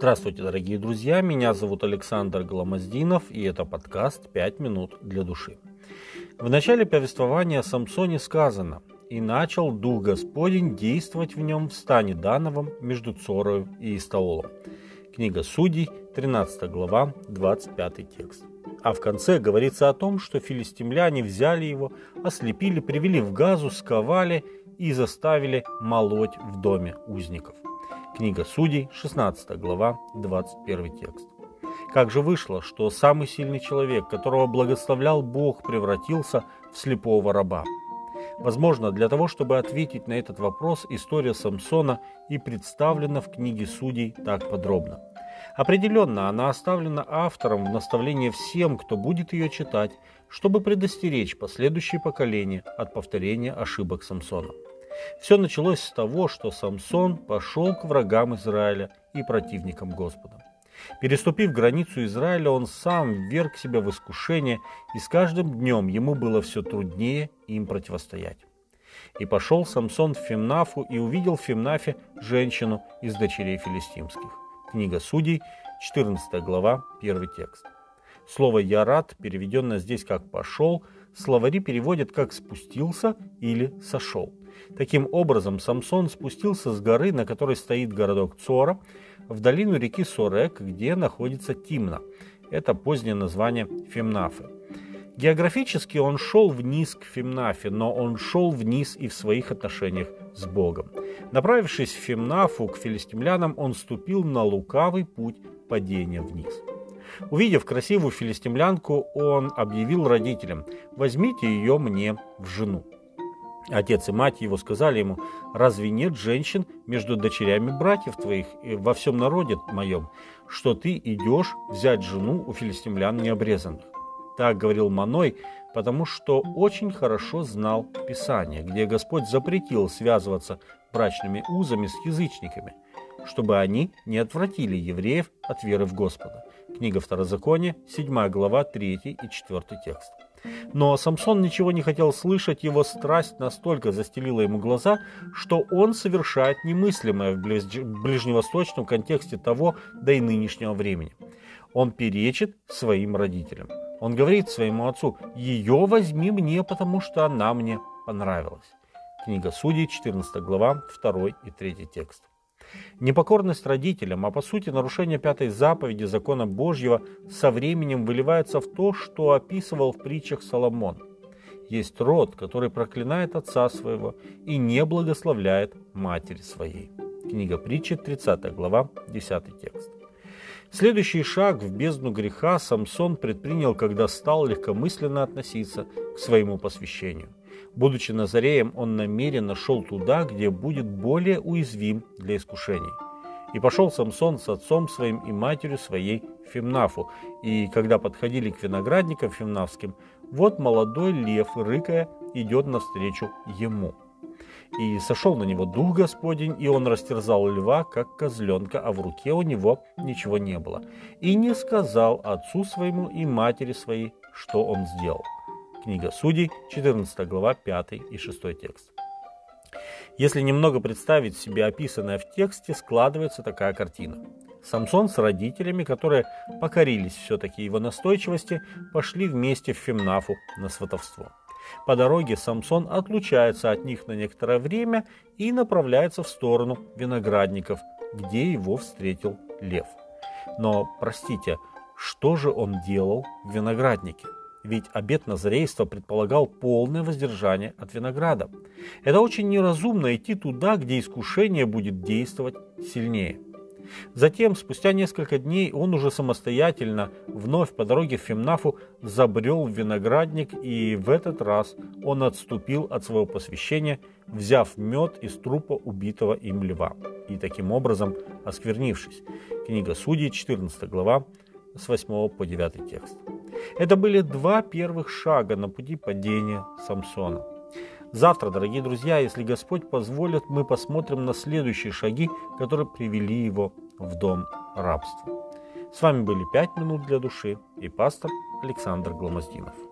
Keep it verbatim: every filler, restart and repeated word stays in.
Здравствуйте, дорогие друзья, меня зовут Александр Гломоздинов, и это подкаст «пять минут для души». В начале повествования о Самсоне сказано: «И начал Дух Господень действовать в нем в стане Дановом между Цорою и Истаолом». Книга Судей, тринадцатая глава, двадцать пятый текст. А в конце говорится о том, что филистимляне взяли его, ослепили, привели в Газу, сковали и заставили молоть в доме узников. Книга Судей, шестнадцатая глава, двадцать первый текст. Как же вышло, что самый сильный человек, которого благословлял Бог, превратился в слепого раба? Возможно, для того, чтобы ответить на этот вопрос, история Самсона и представлена в книге Судей так подробно. Определенно, она оставлена автором в наставление всем, кто будет ее читать, чтобы предостеречь последующие поколения от повторения ошибок Самсона. Все началось с того, что Самсон пошел к врагам Израиля и противникам Господа. Переступив границу Израиля, он сам вверг себя в искушение, и с каждым днем ему было все труднее им противостоять. «И пошел Самсон в Фимнафу, и увидел в Фимнафе женщину из дочерей филистимских». Книга Судей, четырнадцатая глава, первый текст. Слово «ярат», переведенное здесь как «пошел», словари переводят как «спустился» или «сошел». Таким образом, Самсон спустился с горы, на которой стоит городок Цора, в долину реки Сорек, где находится Тимна. Это позднее название Фимнафы. Географически он шел вниз к Фимнафе, но он шел вниз и в своих отношениях с Богом. Направившись в Фимнафу к филистимлянам, он ступил на лукавый путь падения вниз. Увидев красивую филистимлянку, он объявил родителям: «Возьмите ее мне в жену». Отец и мать его сказали ему: «Разве нет женщин между дочерями братьев твоих и во всем народе моем, что ты идешь взять жену у филистимлян необрезанных?» Так говорил Маной, потому что очень хорошо знал Писание, где Господь запретил связываться брачными узами с язычниками, чтобы они не отвратили евреев от веры в Господа. Книга Второзакония, седьмая глава, третий и четвертый текст. Но Самсон ничего не хотел слышать, его страсть настолько застелила ему глаза, что он совершает немыслимое в ближневосточном контексте того, да и нынешнего времени. Он перечит своим родителям. Он говорит своему отцу: «Ее возьми мне, потому что она мне понравилась». Книга Судей, четырнадцатая глава, второй и третий текст. Непокорность родителям, а по сути нарушение пятой заповеди закона Божьего, со временем выливается в то, что описывал в притчах Соломон. Есть род, который проклинает отца своего и не благословляет матери своей. Книга Притчи, тридцатая глава, десятый текст. Следующий шаг в бездну греха Самсон предпринял, когда стал легкомысленно относиться к своему посвящению. Будучи Назареем, он намеренно шел туда, где будет более уязвим для искушений. «И пошел Самсон с отцом своим и матерью своей в Фимнафу, и когда подходили к виноградникам фимнавским, вот молодой лев, рыкая, идет навстречу ему. И сошел на него Дух Господень, и он растерзал льва, как козленка, а в руке у него ничего не было. И не сказал отцу своему и матери своей, что он сделал». Книга Судей, четырнадцатая глава, пятый и шестой текст. Если немного представить себе описанное в тексте, складывается такая картина. Самсон с родителями, которые покорились все-таки его настойчивости, пошли вместе в Фимнафу на сватовство. По дороге Самсон отлучается от них на некоторое время и направляется в сторону виноградников, где его встретил лев. Но, простите, что же он делал в винограднике? Ведь обет назарейства предполагал полное воздержание от винограда. Это очень неразумно идти туда, где искушение будет действовать сильнее. Затем, спустя несколько дней, он уже самостоятельно, вновь по дороге в Фимнафу, забрел в виноградник, и в этот раз он отступил от своего посвящения, взяв мед из трупа убитого им льва, и таким образом осквернившись. Книга Судей, четырнадцатая глава, с восьмого по девятый текст. Это были два первых шага на пути падения Самсона. Завтра, дорогие друзья, если Господь позволит, мы посмотрим на следующие шаги, которые привели его в дом рабства. С вами были «пять минут для души» и пастор Александр Гломоздинов.